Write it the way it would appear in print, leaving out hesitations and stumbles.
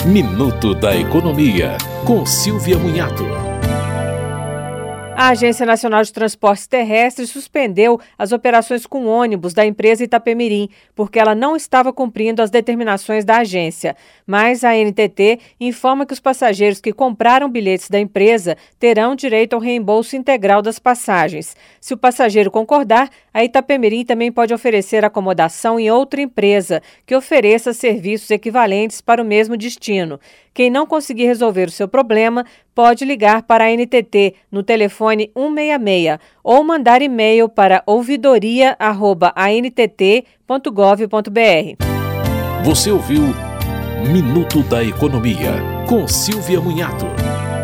Minuto da Economia, com Silvia Munhato. A Agência Nacional de Transportes Terrestres suspendeu as operações com ônibus da empresa Itapemirim, porque ela não estava cumprindo as determinações da agência. Mas a ANTT informa que os passageiros que compraram bilhetes da empresa terão direito ao reembolso integral das passagens. Se o passageiro concordar, a Itapemirim também pode oferecer acomodação em outra empresa que ofereça serviços equivalentes para o mesmo destino. Quem não conseguir resolver o seu problema pode ligar para a ANTT no telefone 166 ou mandar e-mail para ouvidoria@antt.gov.br. Você ouviu Minuto da Economia, com Silvia Munhato.